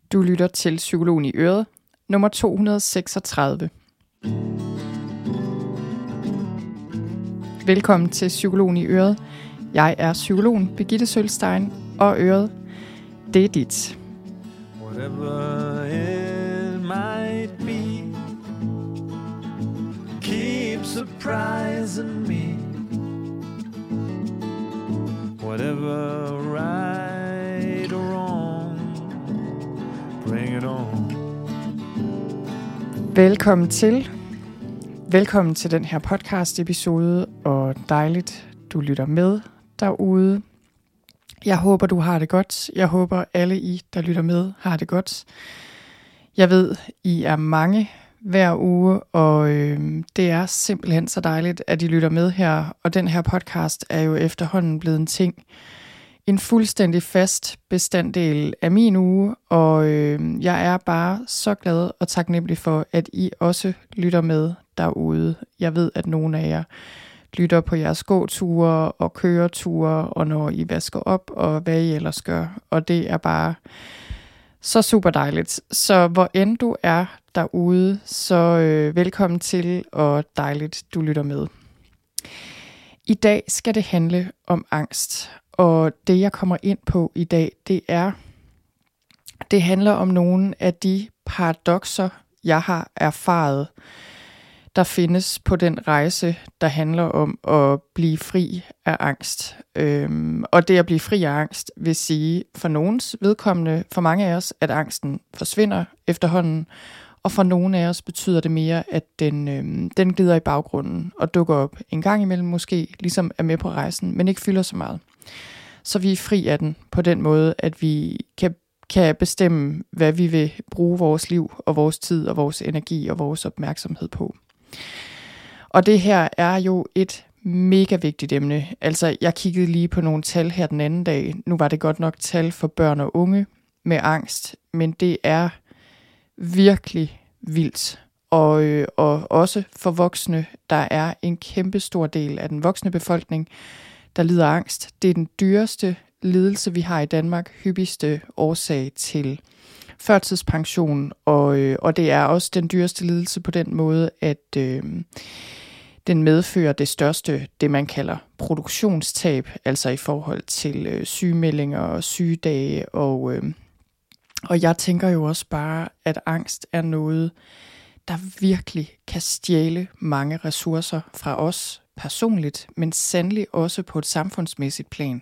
Du lytter til Psykologen i Øret, nummer 236. Velkommen til Psykologen i Øret. Jeg er psykologen Birgitte Sølstein, og Øret, det er dit. Whatever it might be, keep surprising me. Whatever right or wrong, bring it on. Velkommen til den her podcast episode, og dejligt du lytter med derude. Jeg håber du har det godt. Jeg håber alle I der lytter med har det godt. Jeg ved I er mange hver uge, og det er simpelthen så dejligt at I lytter med her, og den her podcast er jo efterhånden blevet en ting. En fuldstændig fast bestanddel af min uge, og jeg er bare så glad og taknemmelig for, at I også lytter med derude. Jeg ved, at nogle af jer lytter på jeres gåture og køreture, og når I vasker op, og hvad I ellers gør. Og det er bare så super dejligt. Så hvor end du er derude, så velkommen til, og dejligt du lytter med. I dag skal det handle om angst. Og det jeg kommer ind på i dag, det handler om nogle af de paradokser, jeg har erfaret, der findes på den rejse, der handler om at blive fri af angst. Og det at blive fri af angst vil sige for nogens vedkommende, for mange af os, at angsten forsvinder efterhånden, og for nogle af os betyder det mere, at den glider i baggrunden og dukker op en gang imellem måske, ligesom er med på rejsen, men ikke fylder så meget. Så vi er fri af den på den måde, at vi kan bestemme, hvad vi vil bruge vores liv og vores tid og vores energi og vores opmærksomhed på. Og det her er jo et mega vigtigt emne. Altså, jeg kiggede lige på nogle tal her den anden dag. Nu var det godt nok tal for børn og unge med angst, men det er virkelig vildt. Og også for voksne, der er en kæmpe stor del af den voksne befolkning, der lider af angst. Det er den dyreste lidelse, vi har i Danmark, hyppigste årsag til førtidspension, og det er også den dyreste lidelse på den måde, at den medfører det man kalder produktionstab, altså i forhold til sygemeldinger og sygedage, og jeg tænker jo også bare, at angst er noget, der virkelig kan stjæle mange ressourcer fra os personligt, men sandelig også på et samfundsmæssigt plan.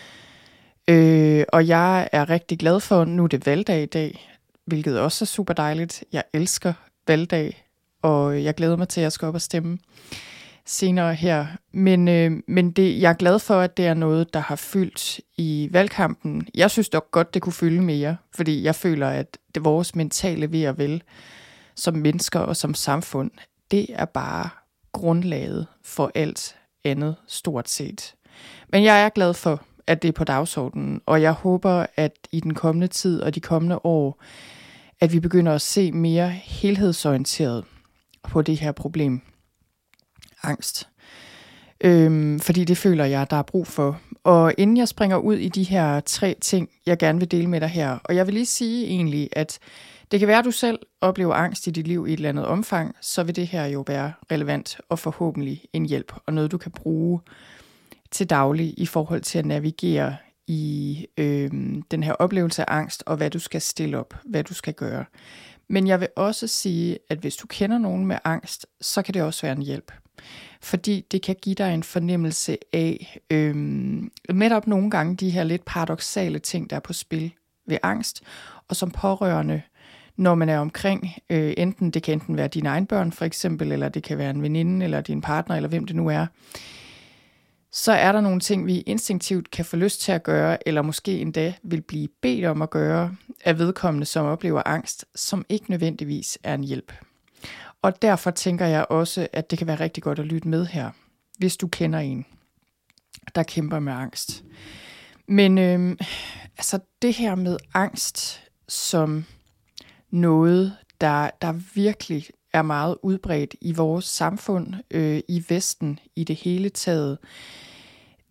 Og jeg er rigtig glad for, nu er det valgdag i dag, hvilket også er super dejligt. Jeg elsker valgdag, og jeg glæder mig til, at jeg skal op og stemme senere her. Men jeg er glad for, at det er noget, der har fyldt i valgkampen. Jeg synes dog godt, det kunne fylde mere, fordi jeg føler, at det vores mentale ved og vel som mennesker og som samfund, det er bare grundlaget for alt andet stort set. Men jeg er glad for, at det er på dagsordenen, og jeg håber, at i den kommende tid og de kommende år, at vi begynder at se mere helhedsorienteret på det her problem. Angst. Fordi det føler jeg, der er brug for. Og inden jeg springer ud i de her 3 ting, jeg gerne vil dele med dig her, og jeg vil lige sige egentlig, at det kan være, at du selv oplever angst i dit liv i et eller andet omfang, så vil det her jo være relevant og forhåbentlig en hjælp, og noget du kan bruge til daglig i forhold til at navigere i den her oplevelse af angst, og hvad du skal stille op, hvad du skal gøre. Men jeg vil også sige, at hvis du kender nogen med angst, så kan det også være en hjælp. Fordi det kan give dig en fornemmelse af netop nogle gange de her lidt paradoksale ting, der er på spil ved angst, og som pårørende, når man er omkring, det kan enten være dine egne børn for eksempel, eller det kan være en veninde, eller din partner, eller hvem det nu er, så er der nogle ting, vi instinktivt kan få lyst til at gøre, eller måske endda vil blive bedt om at gøre af vedkommende, som oplever angst, som ikke nødvendigvis er en hjælp. Og derfor tænker jeg også, at det kan være rigtig godt at lytte med her, hvis du kender en, der kæmper med angst. Men det her med angst som noget, der virkelig er meget udbredt i vores samfund, i Vesten i det hele taget,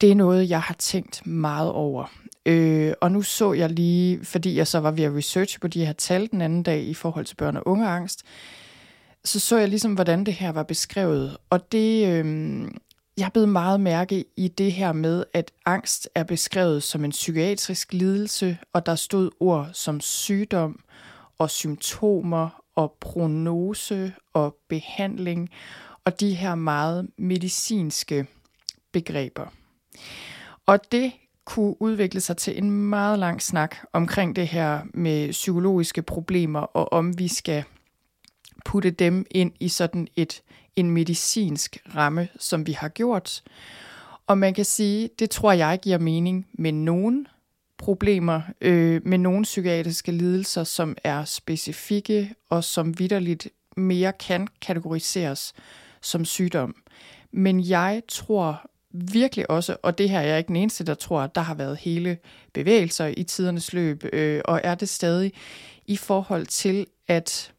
Det er noget, jeg har tænkt meget over. Og nu så jeg lige, fordi jeg så var ved at researche på de her tal den anden dag i forhold til børn- og ungeangst, så jeg ligesom, hvordan det her var beskrevet. Og det, jeg er blevet meget mærke i det her med, at angst er beskrevet som en psykiatrisk lidelse, og der stod ord som sygdom og symptomer og prognose og behandling, og de her meget medicinske begreber. Og det kunne udvikle sig til en meget lang snak omkring det her med psykologiske problemer, og om vi skal putte dem ind i sådan en medicinsk ramme, som vi har gjort. Og man kan sige, det tror jeg giver mening med nogle problemer, med nogle psykiatriske lidelser, som er specifikke og som vitterligt mere kan kategoriseres som sygdom. Men jeg tror virkelig også, og det her er jeg ikke den eneste, der tror, at der har været hele bevægelser i tidernes løb, og er det stadig i forhold til at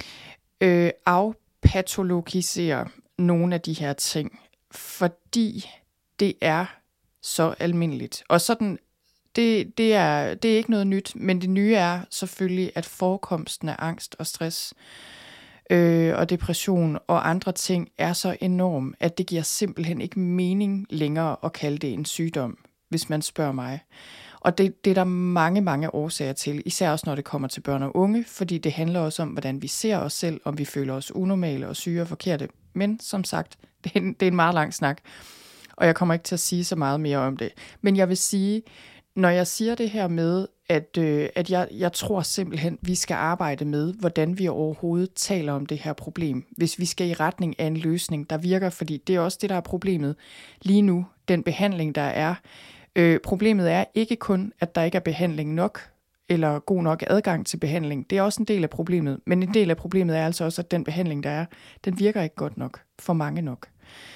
afpatologisere nogle af de her ting, fordi det er så almindeligt. Og sådan, det er ikke noget nyt, men det nye er selvfølgelig, at forekomsten af angst og stress og depression og andre ting er så enorm, at det giver simpelthen ikke mening længere at kalde det en sygdom, hvis man spørger mig. Og det er der mange, mange årsager til, især også når det kommer til børn og unge, fordi det handler også om, hvordan vi ser os selv, om vi føler os unormale og syge og forkerte. Men som sagt, det er en meget lang snak, og jeg kommer ikke til at sige så meget mere om det. Men jeg vil sige, når jeg siger det her med, at jeg tror simpelthen, vi skal arbejde med, hvordan vi overhovedet taler om det her problem, hvis vi skal i retning af en løsning, der virker, fordi det er også det, der er problemet lige nu, den behandling, der er. Problemet er ikke kun, at der ikke er behandling nok, eller god nok adgang til behandling. Det er også en del af problemet. Men en del af problemet er altså også, at den behandling, der er, den virker ikke godt nok. For mange nok.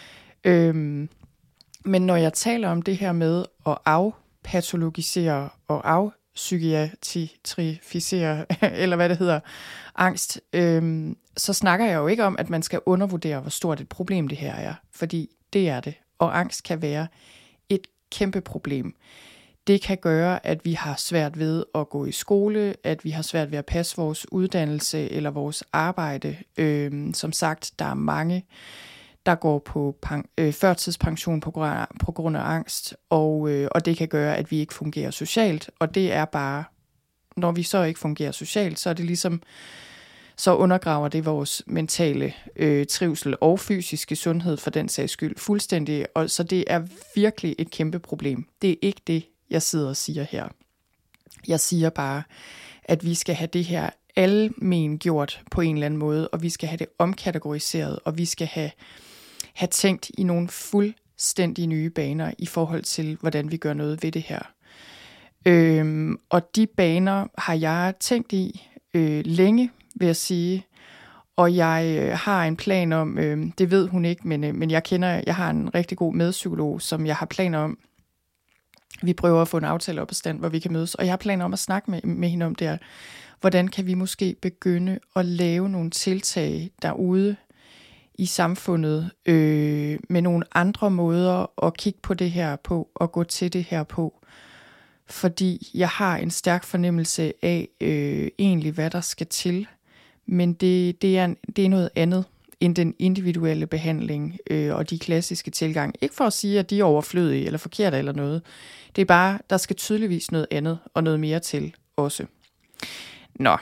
Men når jeg taler om det her med at afpatologisere og afpsykiatrificere, eller hvad det hedder, angst, så snakker jeg jo ikke om, at man skal undervurdere, hvor stort et problem det her er. Fordi det er det. Og angst kan være et kæmpe problem. Det kan gøre, at vi har svært ved at gå i skole, at vi har svært ved at passe vores uddannelse eller vores arbejde. Som sagt, der er mange, der går på førtidspension på grund af angst, og det kan gøre, at vi ikke fungerer socialt. Og det er bare, når vi så ikke fungerer socialt, så er det ligesom, så undergraver det vores mentale trivsel og fysiske sundhed for den sags skyld fuldstændig. Og så det er virkelig et kæmpe problem. Det er ikke det, jeg sidder og siger her. Jeg siger bare, at vi skal have det her almen gjort på en eller anden måde, og vi skal have det omkategoriseret, og vi skal have tænkt i nogle fuldstændig nye baner i forhold til, hvordan vi gør noget ved det her. Og de baner har jeg tænkt i længe, vil jeg sige, og jeg har en plan om, det ved hun ikke, men jeg har en rigtig god medpsykolog, som jeg har planer om. Vi prøver at få en aftale op på stand, hvor vi kan mødes, og jeg har planer om at snakke med hende om det her. Hvordan kan vi måske begynde at lave nogle tiltag derude i samfundet med nogle andre måder at kigge på det her på og gå til det her på. Fordi jeg har en stærk fornemmelse af egentlig, hvad der skal til. Men det er noget andet end den individuelle behandling og de klassiske tilgang. Ikke for at sige, at de er overflødige eller forkerte eller noget. Det er bare, der skal tydeligvis noget andet og noget mere til også. Nå.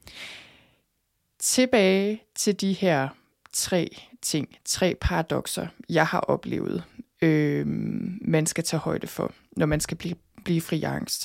Tilbage til de her 3 paradokser, jeg har oplevet, man skal tage højde for, når man skal blive fri af angst.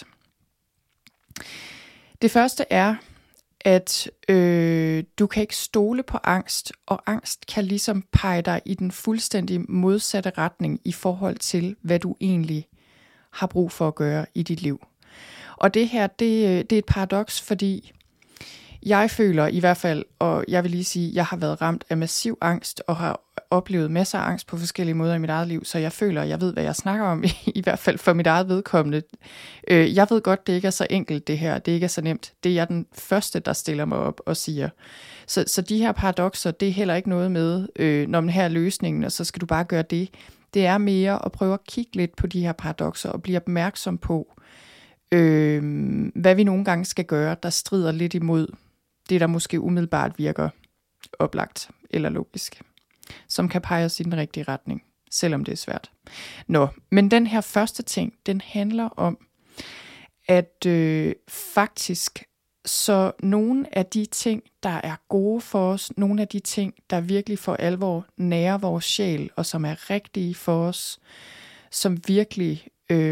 Det første er, at du kan ikke stole på angst, og angst kan ligesom pege dig i den fuldstændig modsatte retning i forhold til, hvad du egentlig har brug for at gøre i dit liv. Og det her, det er et paradoks, fordi jeg føler i hvert fald, og jeg vil lige sige, jeg har været ramt af massiv angst, og har oplevet masser af angst på forskellige måder i mit eget liv, så jeg føler, at jeg ved, hvad jeg snakker om, i hvert fald for mit eget vedkommende. Jeg ved godt, det ikke er så enkelt det her, det ikke er så nemt. Det er jeg den første, der stiller mig op og siger. Så de her paradokser, det er heller ikke noget med, når man her er løsningen, og så skal du bare gøre det. Det er mere at prøve at kigge lidt på de her paradokser og blive opmærksom på, hvad vi nogle gange skal gøre, der strider lidt imod det, der måske umiddelbart virker oplagt eller logisk, som kan pege os i den rigtige retning, selvom det er svært. Men den her første ting, den handler om, at faktisk så nogle af de ting, der er gode for os, nogle af de ting, der virkelig for alvor nærer vores sjæl, og som er rigtige for os, som virkelig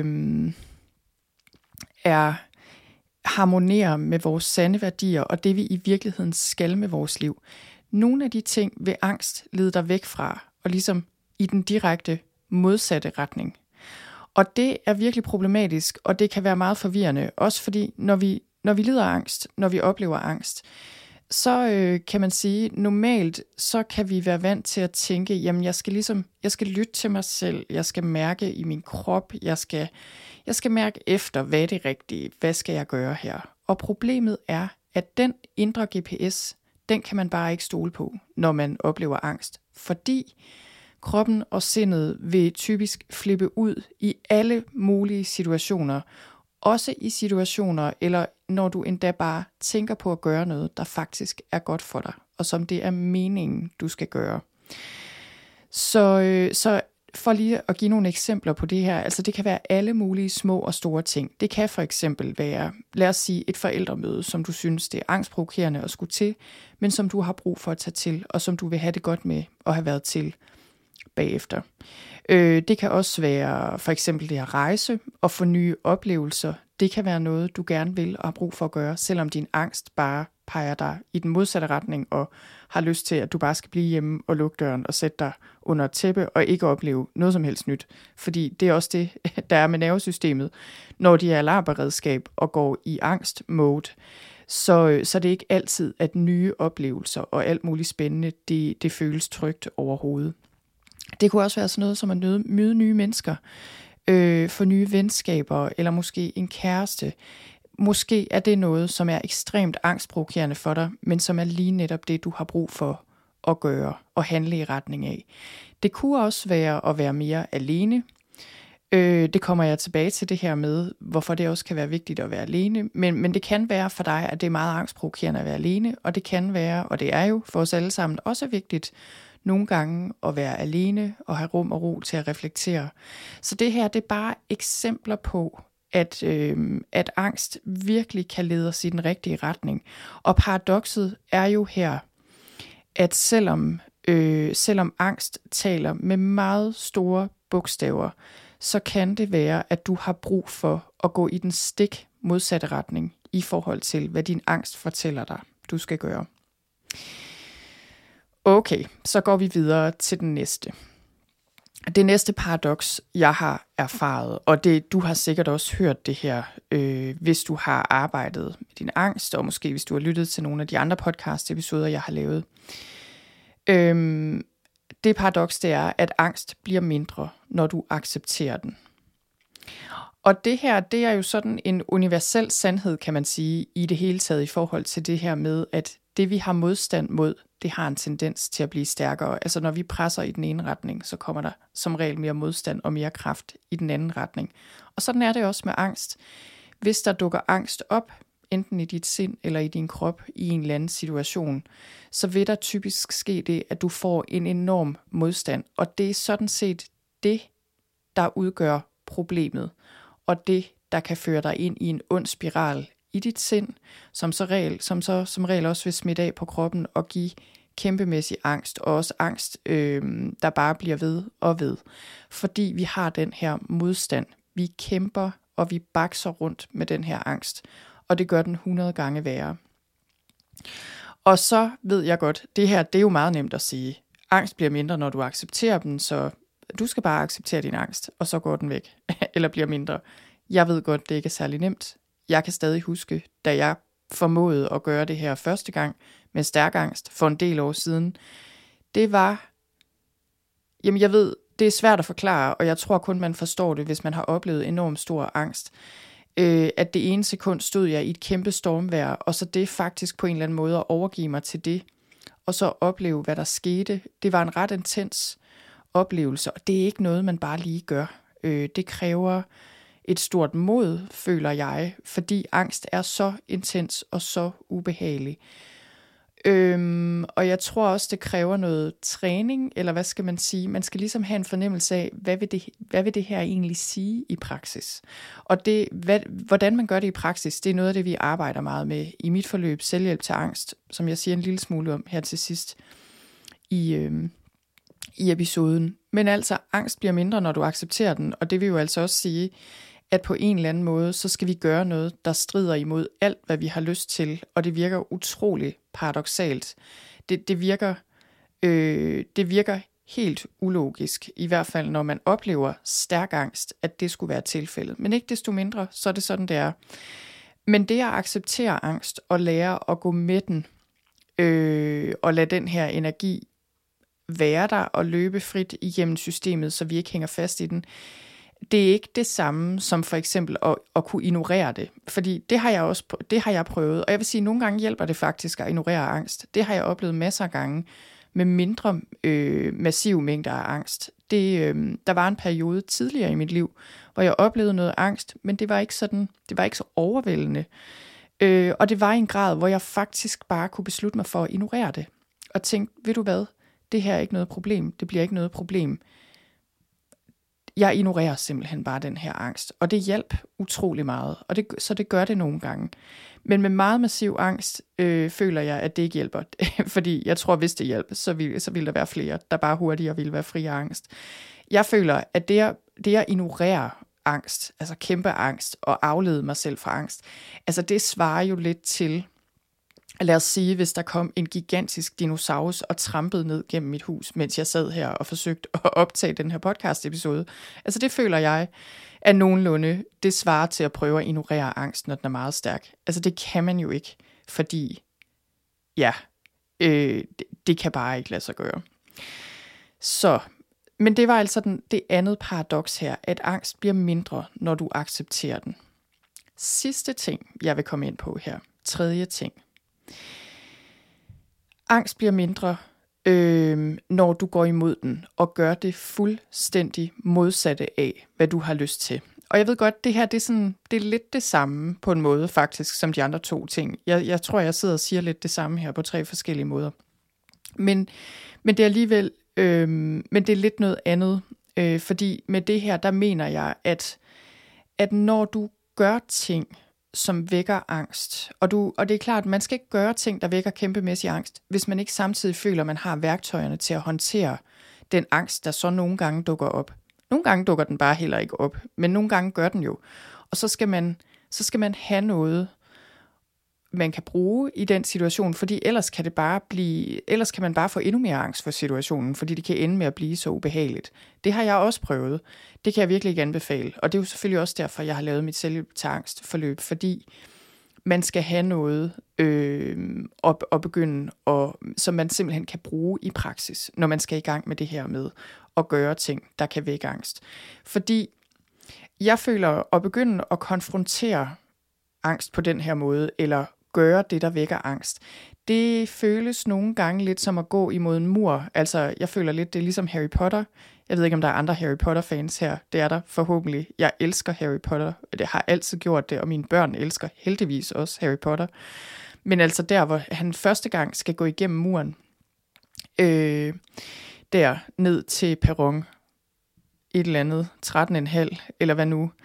harmonerer med vores sande værdier, og det vi i virkeligheden skal med vores liv. Nogle af de ting vil angst lede dig væk fra, og ligesom i den direkte modsatte retning. Og det er virkelig problematisk, og det kan være meget forvirrende, også fordi når vi lider af angst, når vi oplever angst, så kan man sige, normalt så kan vi være vant til at tænke, jamen jeg skal lytte til mig selv, jeg skal mærke i min krop, jeg skal mærke efter, hvad er det rigtige, hvad skal jeg gøre her? Og problemet er, at den indre GPS, den kan man bare ikke stole på, når man oplever angst, fordi kroppen og sindet vil typisk flippe ud i alle mulige situationer, også i situationer, eller når du endda bare tænker på at gøre noget, der faktisk er godt for dig, og som det er meningen, du skal gøre. Så for lige at give nogle eksempler på det her, altså det kan være alle mulige små og store ting. Det kan for eksempel være, lad os sige, et forældremøde, som du synes, det er angstprovokerende at skulle til, men som du har brug for at tage til, og som du vil have det godt med at have været til bagefter. Det kan også være for eksempel det at rejse og få nye oplevelser. Det kan være noget, du gerne vil og har brug for at gøre, selvom din angst bare peger dig i den modsatte retning og har lyst til, at du bare skal blive hjemme og lukke døren og sætte dig under et tæppe og ikke opleve noget som helst nyt. Fordi det er også det, der er med nervesystemet, når de er alarmberedskab og går i angstmode. Så det er ikke altid, at nye oplevelser og alt muligt spændende, det føles trygt overhovedet. Det kunne også være sådan noget som at møde nye mennesker, få nye venskaber, eller måske en kæreste. Måske er det noget, som er ekstremt angstprovokerende for dig, men som er lige netop det, du har brug for at gøre og handle i retning af. Det kunne også være at være mere alene. Det kommer jeg tilbage til det her med, hvorfor det også kan være vigtigt at være alene. Men det kan være for dig, at det er meget angstprovokerende at være alene, og det kan være, og det er jo for os alle sammen også vigtigt, nogle gange at være alene og have rum og ro til at reflektere. Så det her, det er bare eksempler på, at angst virkelig kan lede os i den rigtige retning. Og paradokset er jo her, at selvom angst taler med meget store bogstaver, så kan det være, at du har brug for at gå i den stik modsatte retning i forhold til, hvad din angst fortæller dig, du skal gøre. Okay, så går vi videre til den næste. Det næste paradoks, jeg har erfaret, og du har sikkert også hørt det her, hvis du har arbejdet med din angst, og måske hvis du har lyttet til nogle af de andre podcast-episoder, jeg har lavet. Det paradoks, det er, at angst bliver mindre, når du accepterer den. Og det her, det er jo sådan en universel sandhed, kan man sige, i det hele taget i forhold til det her med, at det vi har modstand mod, det har en tendens til at blive stærkere. Altså når vi presser i den ene retning, så kommer der som regel mere modstand og mere kraft i den anden retning. Og sådan er det også med angst. Hvis der dukker angst op, enten i dit sind eller i din krop i en eller anden situation, så vil der typisk ske det, at du får en enorm modstand. Og det er sådan set det, der udgør problemet. Og det, der kan føre dig ind i en ond spiral i dit sind, som som regel også vil smitte af på kroppen og give kæmpemæssig angst, og også angst, der bare bliver ved og ved. Fordi vi har den her modstand. Vi kæmper, og vi bakser rundt med den her angst, og det gør den 100 gange værre. Og så ved jeg godt, det her, det er jo meget nemt at sige. Angst bliver mindre, når du accepterer den, så du skal bare acceptere din angst, og så går den væk, eller bliver mindre. Jeg ved godt, det ikke er særlig nemt. Jeg kan stadig huske, da jeg formåede at gøre det her første gang med stærk angst for en del år siden. Det var, jamen jeg ved, det er svært at forklare, og jeg tror kun, man forstår det, hvis man har oplevet enormt stor angst. At det ene sekund stod jeg i et kæmpe stormvejr, og så det faktisk på en eller anden måde at overgive mig til det, og så opleve, hvad der skete. Det var en ret intens oplevelse, og det er ikke noget, man bare lige gør. Det kræver et stort mod, føler jeg, fordi angst er så intens og så ubehagelig. Og jeg tror også, det kræver noget træning, eller hvad skal man sige? Man skal ligesom have en fornemmelse af, hvad vil det her egentlig sige i praksis? Og hvordan man gør det i praksis, det er noget af det, vi arbejder meget med i mit forløb, selvhjælp til angst, som jeg siger en lille smule om her til sidst i episoden. Men altså, angst bliver mindre, når du accepterer den, og det vil jo altså også sige, at på en eller anden måde, så skal vi gøre noget, der strider imod alt, hvad vi har lyst til, og det virker utroligt paradoksalt. Det virker helt ulogisk, i hvert fald når man oplever stærk angst, at det skulle være tilfældet. Men ikke desto mindre, så er det sådan, det er. Men det at acceptere angst og lære at gå med den, og lade den her energi være der og løbe frit igennem systemet, så vi ikke hænger fast i den, det er ikke det samme som for eksempel at kunne ignorere det. Fordi det har jeg prøvet. Og jeg vil sige, at nogle gange hjælper det faktisk at ignorere angst. Det har jeg oplevet masser af gange med mindre massive mængder af angst. Der var en periode tidligere i mit liv, hvor jeg oplevede noget angst, men det var ikke så overvældende. Og det var i en grad, hvor jeg faktisk bare kunne beslutte mig for at ignorere det. Og tænke, ved du hvad, det her er ikke noget problem. Det bliver ikke noget problem. Jeg ignorerer simpelthen bare den her angst, og det hjalp utrolig meget, og så det gør det nogle gange. Men med meget massiv angst føler jeg, at det ikke hjælper, fordi jeg tror, hvis det hjælper, så vil der være flere, der bare hurtigere vil være fri af angst. Jeg føler, at det at ignorere angst, altså kæmpe angst, og aflede mig selv fra angst, altså det svarer jo lidt til, lad os sige, hvis der kom en gigantisk dinosaurus og trampede ned gennem mit hus, mens jeg sad her og forsøgte at optage den her podcast-episode. Altså det føler jeg, at nogenlunde det svarer til at prøve at ignorere angst, når den er meget stærk. Altså det kan man jo ikke, fordi det kan bare ikke lade sig gøre. Så, men det var altså det andet paradoks her, at angst bliver mindre, når du accepterer den. Sidste ting, jeg vil komme ind på her. Tredje ting. Angst bliver mindre, når du går imod den og gør det fuldstændig modsatte af, hvad du har lyst til. Og jeg ved godt, det her det er lidt det samme på en måde faktisk, som de andre to ting. Jeg tror, jeg sidder og siger lidt det samme her på 3 forskellige måder. Men det er alligevel, men det er lidt noget andet, fordi med det her, der mener jeg, at når du gør ting, som vækker angst. Og det er klart, at man skal ikke gøre ting, der vækker kæmpemæssig angst, hvis man ikke samtidig føler, at man har værktøjerne til at håndtere den angst, der så nogle gange dukker op. Nogle gange dukker den bare heller ikke op, men nogle gange gør den jo. Og så skal man have noget, man kan bruge i den situation, fordi ellers kan man bare få endnu mere angst for situationen, fordi det kan ende med at blive så ubehageligt. Det har jeg også prøvet. Det kan jeg virkelig ikke anbefale, og det er jo selvfølgelig også derfor, jeg har lavet mit selvhjælp til angstforløb, fordi man skal have noget at begynde, som man simpelthen kan bruge i praksis, når man skal i gang med det her med at gøre ting, der kan vække angst. Fordi jeg føler at begynde at konfrontere angst på den her måde, eller gøre det, der vækker angst. Det føles nogle gange lidt som at gå imod en mur. Altså, jeg føler lidt, det er ligesom Harry Potter. Jeg ved ikke, om der er andre Harry Potter-fans her. Det er der forhåbentlig. Jeg elsker Harry Potter. Det har altid gjort det, og mine børn elsker heldigvis også Harry Potter. Men altså der, hvor han første gang skal gå igennem muren, der ned til perron, et eller andet, 13,5, eller hvad nu,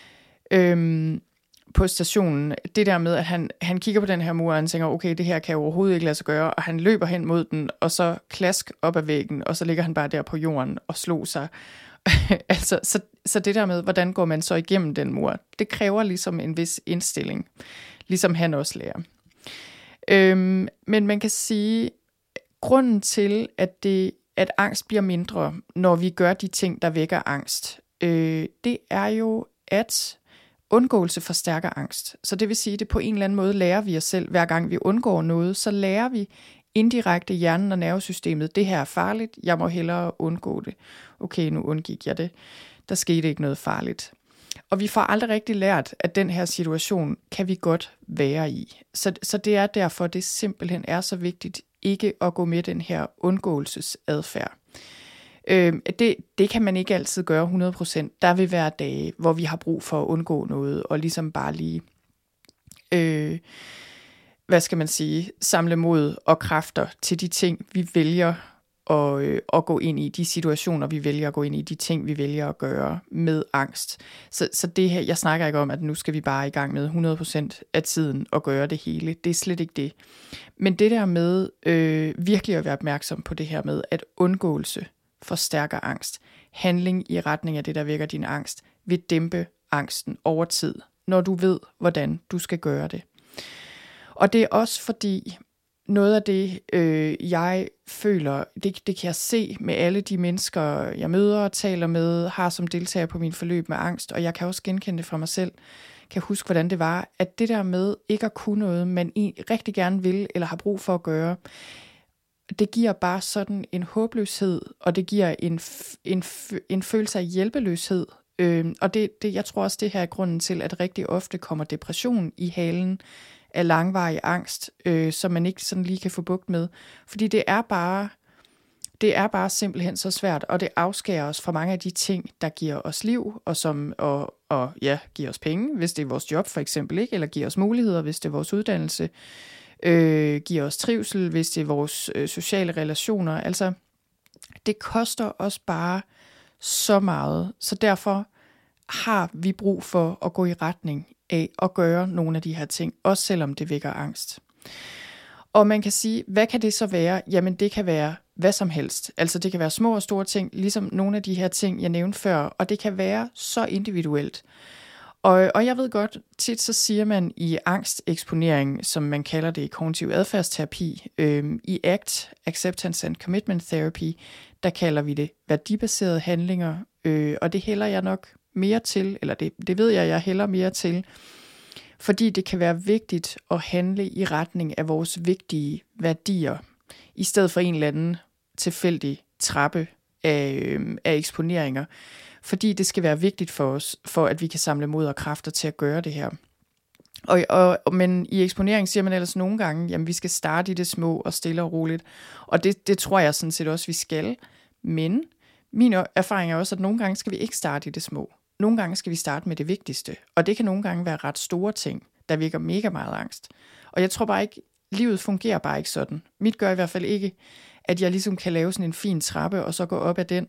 på stationen, det der med, at han kigger på den her mur, og han tænker, okay, det her kan jeg overhovedet ikke lade sig gøre, og han løber hen mod den, og så klask op ad væggen, og så ligger han bare der på jorden og slår sig. Altså, så det der med, hvordan går man så igennem den mur, det kræver ligesom en vis indstilling, ligesom han også lærer. Men man kan sige, grunden til, at angst bliver mindre, når vi gør de ting, der vækker angst, det er jo, at undgåelse forstærker angst. Så det vil sige, at det på en eller anden måde lærer vi os selv, hver gang vi undgår noget, så lærer vi indirekte hjernen og nervesystemet, det her er farligt, jeg må hellere undgå det. Okay, nu undgik jeg det. Der skete ikke noget farligt. Og vi får aldrig rigtig lært, at den her situation kan vi godt være i. Så det er derfor, det simpelthen er så vigtigt ikke at gå med den her undgåelsesadfærd. Det kan man ikke altid gøre 100%. Der vil være dage, hvor vi har brug for at undgå noget, og ligesom bare lige, samle mod og kræfter til de ting, vi vælger at gå ind i, de situationer, vi vælger at gå ind i, de ting, vi vælger at gøre med angst. Så det her, jeg snakker ikke om, at nu skal vi bare i gang med 100% af tiden og gøre det hele. Det er slet ikke det. Men det der med virkelig at være opmærksom på det her med, at undgåelse forstærker angst. Handling i retning af det, der vækker din angst, vil dæmpe angsten over tid, når du ved, hvordan du skal gøre det. Og det er også fordi, noget af det, jeg føler, det kan jeg se med alle de mennesker, jeg møder og taler med, har som deltager på min forløb med angst, og jeg kan også genkende det fra mig selv, kan huske, hvordan det var, at det der med ikke at kunne noget, man rigtig gerne vil, eller har brug for at gøre, det giver bare sådan en håbløshed, og det giver en følelse af hjælpeløshed. Og jeg tror også, det her er grunden til, at rigtig ofte kommer depression i halen af langvarig angst, som man ikke sådan lige kan få bugt med. Fordi det er bare simpelthen så svært, og det afskærer os fra mange af de ting, der giver os liv, og giver os penge, hvis det er vores job for eksempel, ikke? Eller giver os muligheder, hvis det er vores uddannelse, giver os trivsel, hvis det er vores sociale relationer. Altså, det koster os bare så meget, så derfor har vi brug for at gå i retning af at gøre nogle af de her ting, også selvom det vækker angst. Og man kan sige, hvad kan det så være? Jamen det kan være hvad som helst. Altså det kan være små og store ting, ligesom nogle af de her ting, jeg nævnte før, og det kan være så individuelt. Og jeg ved godt, tit så siger man i angsteksponering, som man kalder det i kognitiv adfærdsterapi, i ACT, Acceptance and Commitment Therapy, der kalder vi det værdibaserede handlinger, og det hælder jeg nok mere til, eller det ved jeg hælder mere til, fordi det kan være vigtigt at handle i retning af vores vigtige værdier, i stedet for en eller anden tilfældig trappe af eksponeringer, fordi det skal være vigtigt for os, for at vi kan samle mod og kræfter til at gøre det her. Men i eksponering siger man ellers nogle gange, jamen vi skal starte i det små og stille og roligt, og det tror jeg sådan set også, vi skal, men min erfaring er også, at nogle gange skal vi ikke starte i det små. Nogle gange skal vi starte med det vigtigste, og det kan nogle gange være ret store ting, der vækker mega meget angst. Og jeg tror bare ikke, livet fungerer bare ikke sådan. Mit gør i hvert fald ikke, at jeg ligesom kan lave sådan en fin trappe, og så gå op ad den.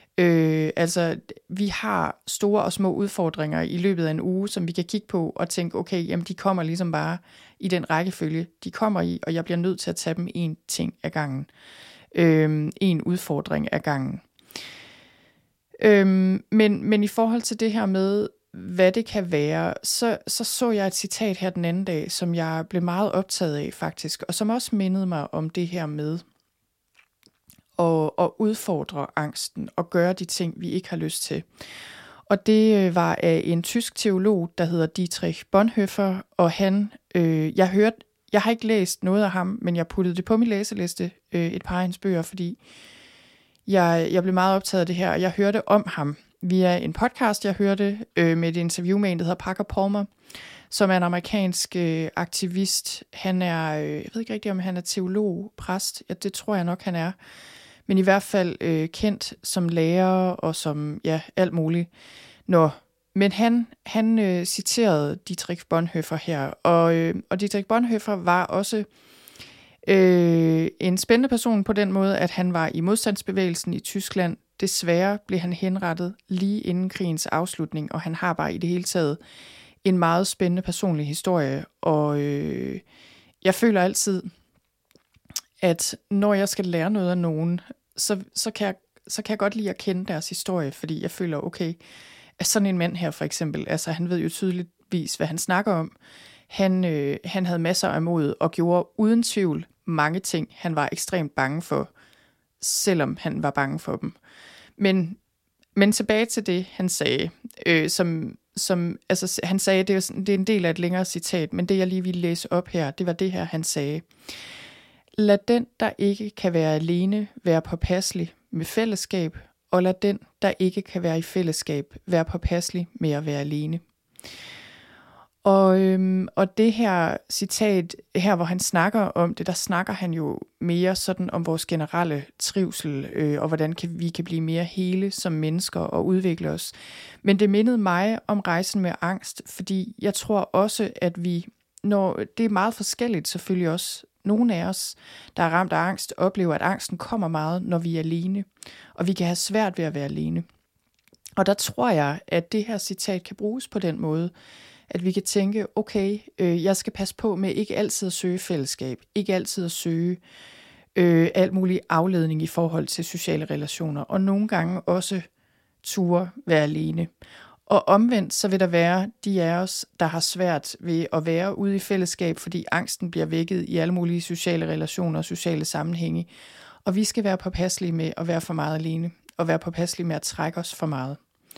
Vi har store og små udfordringer i løbet af en uge, som vi kan kigge på og tænke, okay, jamen de kommer ligesom bare i den rækkefølge, de kommer i, og jeg bliver nødt til at tage dem en ting ad gangen. En udfordring ad gangen. Men i forhold til det her med, hvad det kan være, så jeg et citat her den anden dag, som jeg blev meget optaget af faktisk, og som også mindede mig om det her med at udfordre angsten og gøre de ting, vi ikke har lyst til. Og det var af en tysk teolog, der hedder Dietrich Bonhoeffer, og han, jeg har ikke læst noget af ham, men jeg puttede det på min læseliste, et par af hans bøger, fordi jeg blev meget optaget af det her, og jeg hørte om ham via en podcast, jeg hørte med et interview med en, der hedder Parker Palmer, som er en amerikansk aktivist. Han er, jeg ved ikke rigtig, om han er teolog, præst, ja, det tror jeg nok, han er, men i hvert fald kendt som lærer og som, ja, alt muligt. Men han citerede Dietrich Bonhoeffer her, og Dietrich Bonhoeffer var også en spændende person på den måde, at han var i modstandsbevægelsen i Tyskland. Desværre blev han henrettet lige inden krigens afslutning, og han har bare i det hele taget en meget spændende personlig historie. Og jeg føler altid, at når jeg skal lære noget af nogen, så kan jeg godt lide at kende deres historie, fordi jeg føler, okay, at sådan en mand her for eksempel, altså han ved jo tydeligvis, hvad han snakker om. Han havde masser af mod og gjorde uden tvivl mange ting, han var ekstremt bange for, selvom han var bange for dem. Men tilbage til det, han sagde, han sagde, det er en del af et længere citat, men det jeg lige ville læse op her, det var det her, han sagde. Lad den, der ikke kan være alene, være påpasselig med fællesskab, og lad den, der ikke kan være i fællesskab, være påpasselig med at være alene. Og det her citat, her hvor han snakker om det, der snakker han jo mere sådan om vores generelle trivsel, og hvordan vi kan blive mere hele som mennesker og udvikle os. Men det mindede mig om rejsen med angst, fordi jeg tror også, at når det er meget forskelligt selvfølgelig også, nogle af os, der er ramt af angst, oplever, at angsten kommer meget, når vi er alene, og vi kan have svært ved at være alene. Og der tror jeg, at det her citat kan bruges på den måde, at vi kan tænke, okay, jeg skal passe på med ikke altid at søge fællesskab, ikke altid at søge alt mulig afledning i forhold til sociale relationer, og nogle gange også ture være alene. Og omvendt, så vil der være de af os, der har svært ved at være ude i fællesskab, fordi angsten bliver vækket i alle mulige sociale relationer og sociale sammenhænge. Og vi skal være påpasselige med at være for meget alene, og være påpasselige med at trække os for meget.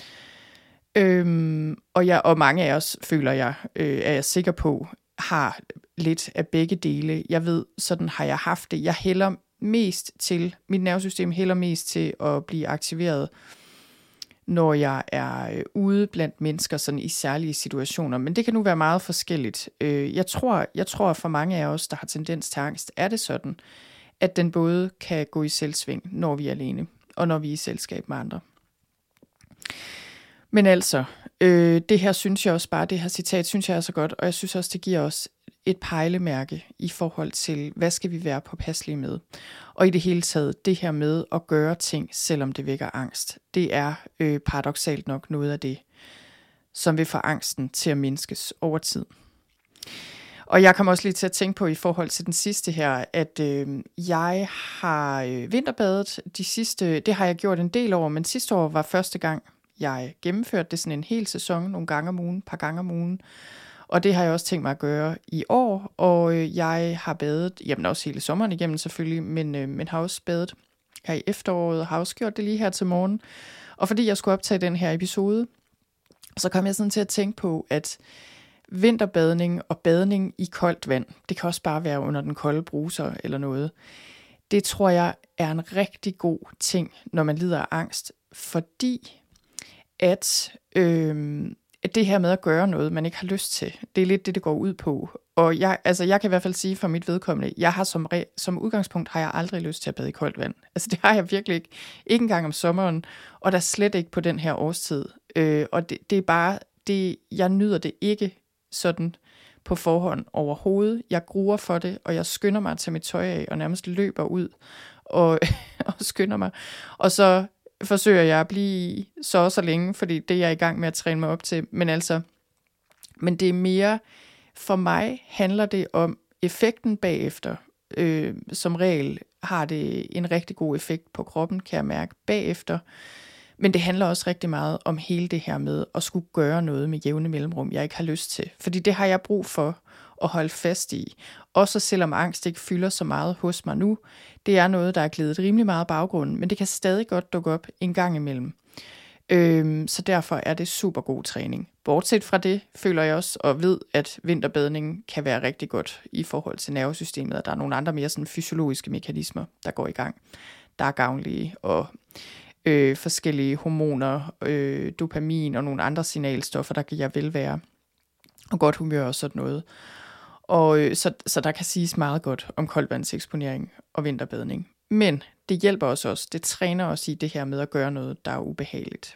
Og mange af os, føler jeg, er jeg sikker på, har lidt af begge dele. Jeg ved, sådan har jeg haft det. Jeg hælder mest til, mit nervesystem hælder mest til at blive aktiveret, når jeg er ude blandt mennesker sådan i særlige situationer. Men det kan nu være meget forskelligt. Jeg tror for mange af os, der har tendens til angst, er det sådan, at den både kan gå i selvsving, når vi er alene, og når vi er i selskab med andre. Men altså, det her synes jeg også bare, det her citat synes jeg er så godt, og jeg synes også, det giver os et pejlemærke i forhold til, hvad skal vi være påpasselige med. Og i det hele taget, det her med at gøre ting, selvom det vækker angst, det er paradoksalt nok noget af det, som vil få angsten til at mindskes over tid. Og jeg kommer også lige til at tænke på i forhold til den sidste her, at jeg har vinterbadet det har jeg gjort en del år, men sidste år var første gang, jeg gennemførte det sådan en hel sæson, nogle gange om ugen, par gange om ugen. Og det har jeg også tænkt mig at gøre i år, og jeg har badet, jamen også hele sommeren igennem selvfølgelig, men har også badet her i efteråret, og har også gjort det lige her til morgen. Og fordi jeg skulle optage den her episode, så kom jeg sådan til at tænke på, at vinterbadning og badning i koldt vand, det kan også bare være under den kolde bruser eller noget, det tror jeg er en rigtig god ting, når man lider af angst, fordi at det her med at gøre noget, man ikke har lyst til, det er lidt det går ud på. Og jeg kan i hvert fald sige for mit vedkommende, jeg har som udgangspunkt har jeg aldrig lyst til at bade i koldt vand. Altså det har jeg virkelig ikke. Ikke engang om sommeren, og der slet ikke på den her årstid. Og det er bare, jeg nyder det ikke sådan på forhånd overhovedet. Jeg gruer for det, og jeg skynder mig at tage mit tøj af, og nærmest løber ud og skynder mig. Og så forsøger jeg at blive så længe, fordi det er jeg i gang med at træne mig op til. Men det er mere, for mig handler det om effekten bagefter. Som regel har det en rigtig god effekt på kroppen, kan jeg mærke bagefter. Men det handler også rigtig meget om hele det her med at skulle gøre noget med jævne mellemrum, jeg ikke har lyst til. Fordi det har jeg brug for at holde fast i. Også selvom angst ikke fylder så meget hos mig nu. Det er noget, der er glædet rimelig meget baggrunden, men det kan stadig godt dukke op en gang imellem. Så derfor er det super god træning. Bortset fra det, føler jeg også og ved, at vinterbadning kan være rigtig godt i forhold til nervesystemet, og der er nogle andre mere sådan fysiologiske mekanismer, der går i gang. Der er gavnlige, og forskellige hormoner, dopamin og nogle andre signalstoffer, der kan jeg velvære, og godt humør og sådan noget. Og så der kan siges meget godt om koldvandseksponering og vinterbadning. Men det hjælper os også. Det træner os i det her med at gøre noget, der er ubehageligt.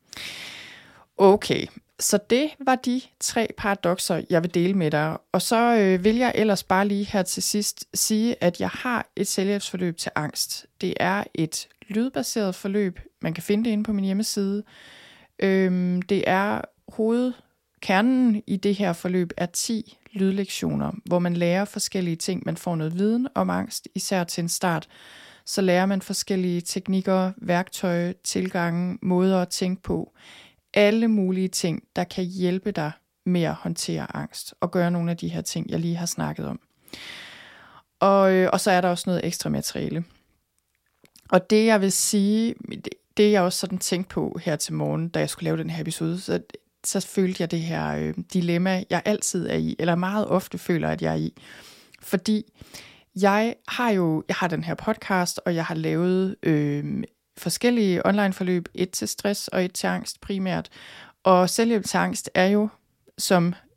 Okay, så det var de 3 paradokser, jeg vil dele med dig. Og så vil jeg ellers bare lige her til sidst sige, at jeg har et selvhjælpsforløb til angst. Det er et lydbaseret forløb. Man kan finde det inde på min hjemmeside. Det er kernen i det her forløb er 10 lydlektioner, hvor man lærer forskellige ting. Man får noget viden om angst, især til en start. Så lærer man forskellige teknikker, værktøj, tilgange, måder at tænke på. Alle mulige ting, der kan hjælpe dig med at håndtere angst og gøre nogle af de her ting, jeg lige har snakket om. Og så er der også noget ekstra materiale. Og det jeg vil sige, det jeg også sådan tænkte på her til morgen, da jeg skulle lave den her episode, så følte jeg det her dilemma, jeg altid er i, eller meget ofte føler, at jeg er i. Fordi jeg har den her podcast, og jeg har lavet forskellige online-forløb, et til stress og et til angst primært. Og selvhjælp til angst er jo, som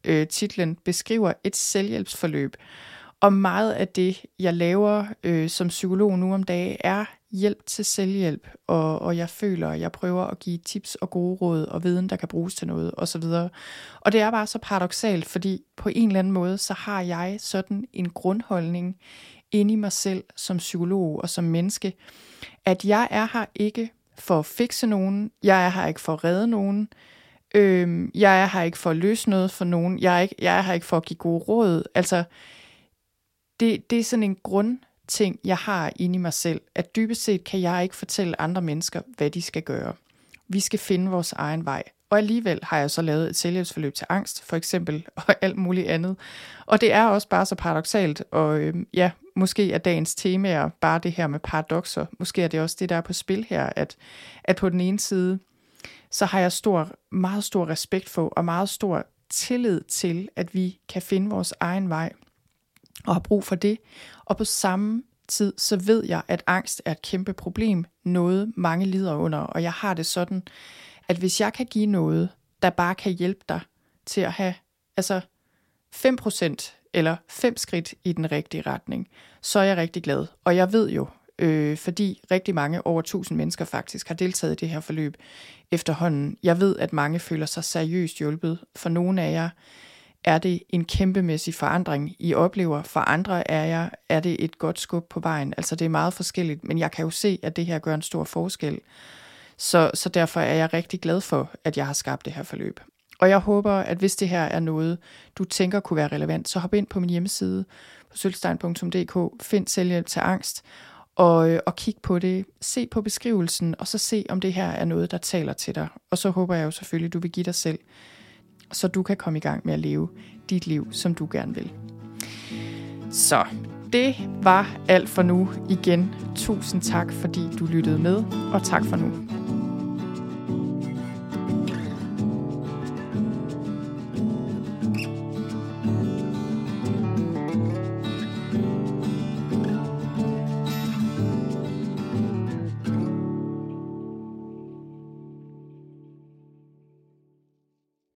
titlen, beskriver et selvhjælpsforløb. Og meget af det, jeg laver som psykolog nu om dagen, er hjælp til selvhjælp. Og jeg føler, at jeg prøver at give tips og gode råd og viden, der kan bruges til noget osv. Og det er bare så paradoksalt, fordi på en eller anden måde, så har jeg sådan en grundholdning inde i mig selv som psykolog og som menneske, at jeg er her ikke for at fikse nogen, jeg er her ikke for at redde nogen, jeg er her ikke for at løse noget for nogen, jeg er her ikke for at give gode råd. Altså, det er sådan en grundting, jeg har inde i mig selv, at dybest set kan jeg ikke fortælle andre mennesker, hvad de skal gøre. Vi skal finde vores egen vej. Og alligevel har jeg så lavet et selvhjælpsforløb til angst, for eksempel, og alt muligt andet. Og det er også bare så paradoksalt, og måske er dagens temaer bare det her med paradokser. Måske er det også det, der er på spil her, at på den ene side, så har jeg meget stor respekt for, og meget stor tillid til, at vi kan finde vores egen vej, og har brug for det. Og på samme tid, så ved jeg, at angst er et kæmpe problem, noget mange lider under, og jeg har det sådan, at hvis jeg kan give noget, der bare kan hjælpe dig til at have 5% eller 5 skridt i den rigtige retning, så er jeg rigtig glad. Og jeg ved jo, fordi rigtig mange, over 1000 mennesker faktisk, har deltaget i det her forløb efterhånden. Jeg ved, at mange føler sig seriøst hjulpet. For nogle af jer er det en kæmpemæssig forandring, I oplever. For andre af jer er det et godt skub på vejen. Altså det er meget forskelligt, men jeg kan jo se, at det her gør en stor forskel. Så derfor er jeg rigtig glad for, at jeg har skabt det her forløb. Og jeg håber, at hvis det her er noget, du tænker kunne være relevant, så hop ind på min hjemmeside på sølvstein.dk, find selvhjælp til angst, og kig på det, se på beskrivelsen, og så se, om det her er noget, der taler til dig. Og så håber jeg jo selvfølgelig, at du vil give dig selv, så du kan komme i gang med at leve dit liv, som du gerne vil. Så det var alt for nu. Igen, tusind tak, fordi du lyttede med, og tak for nu.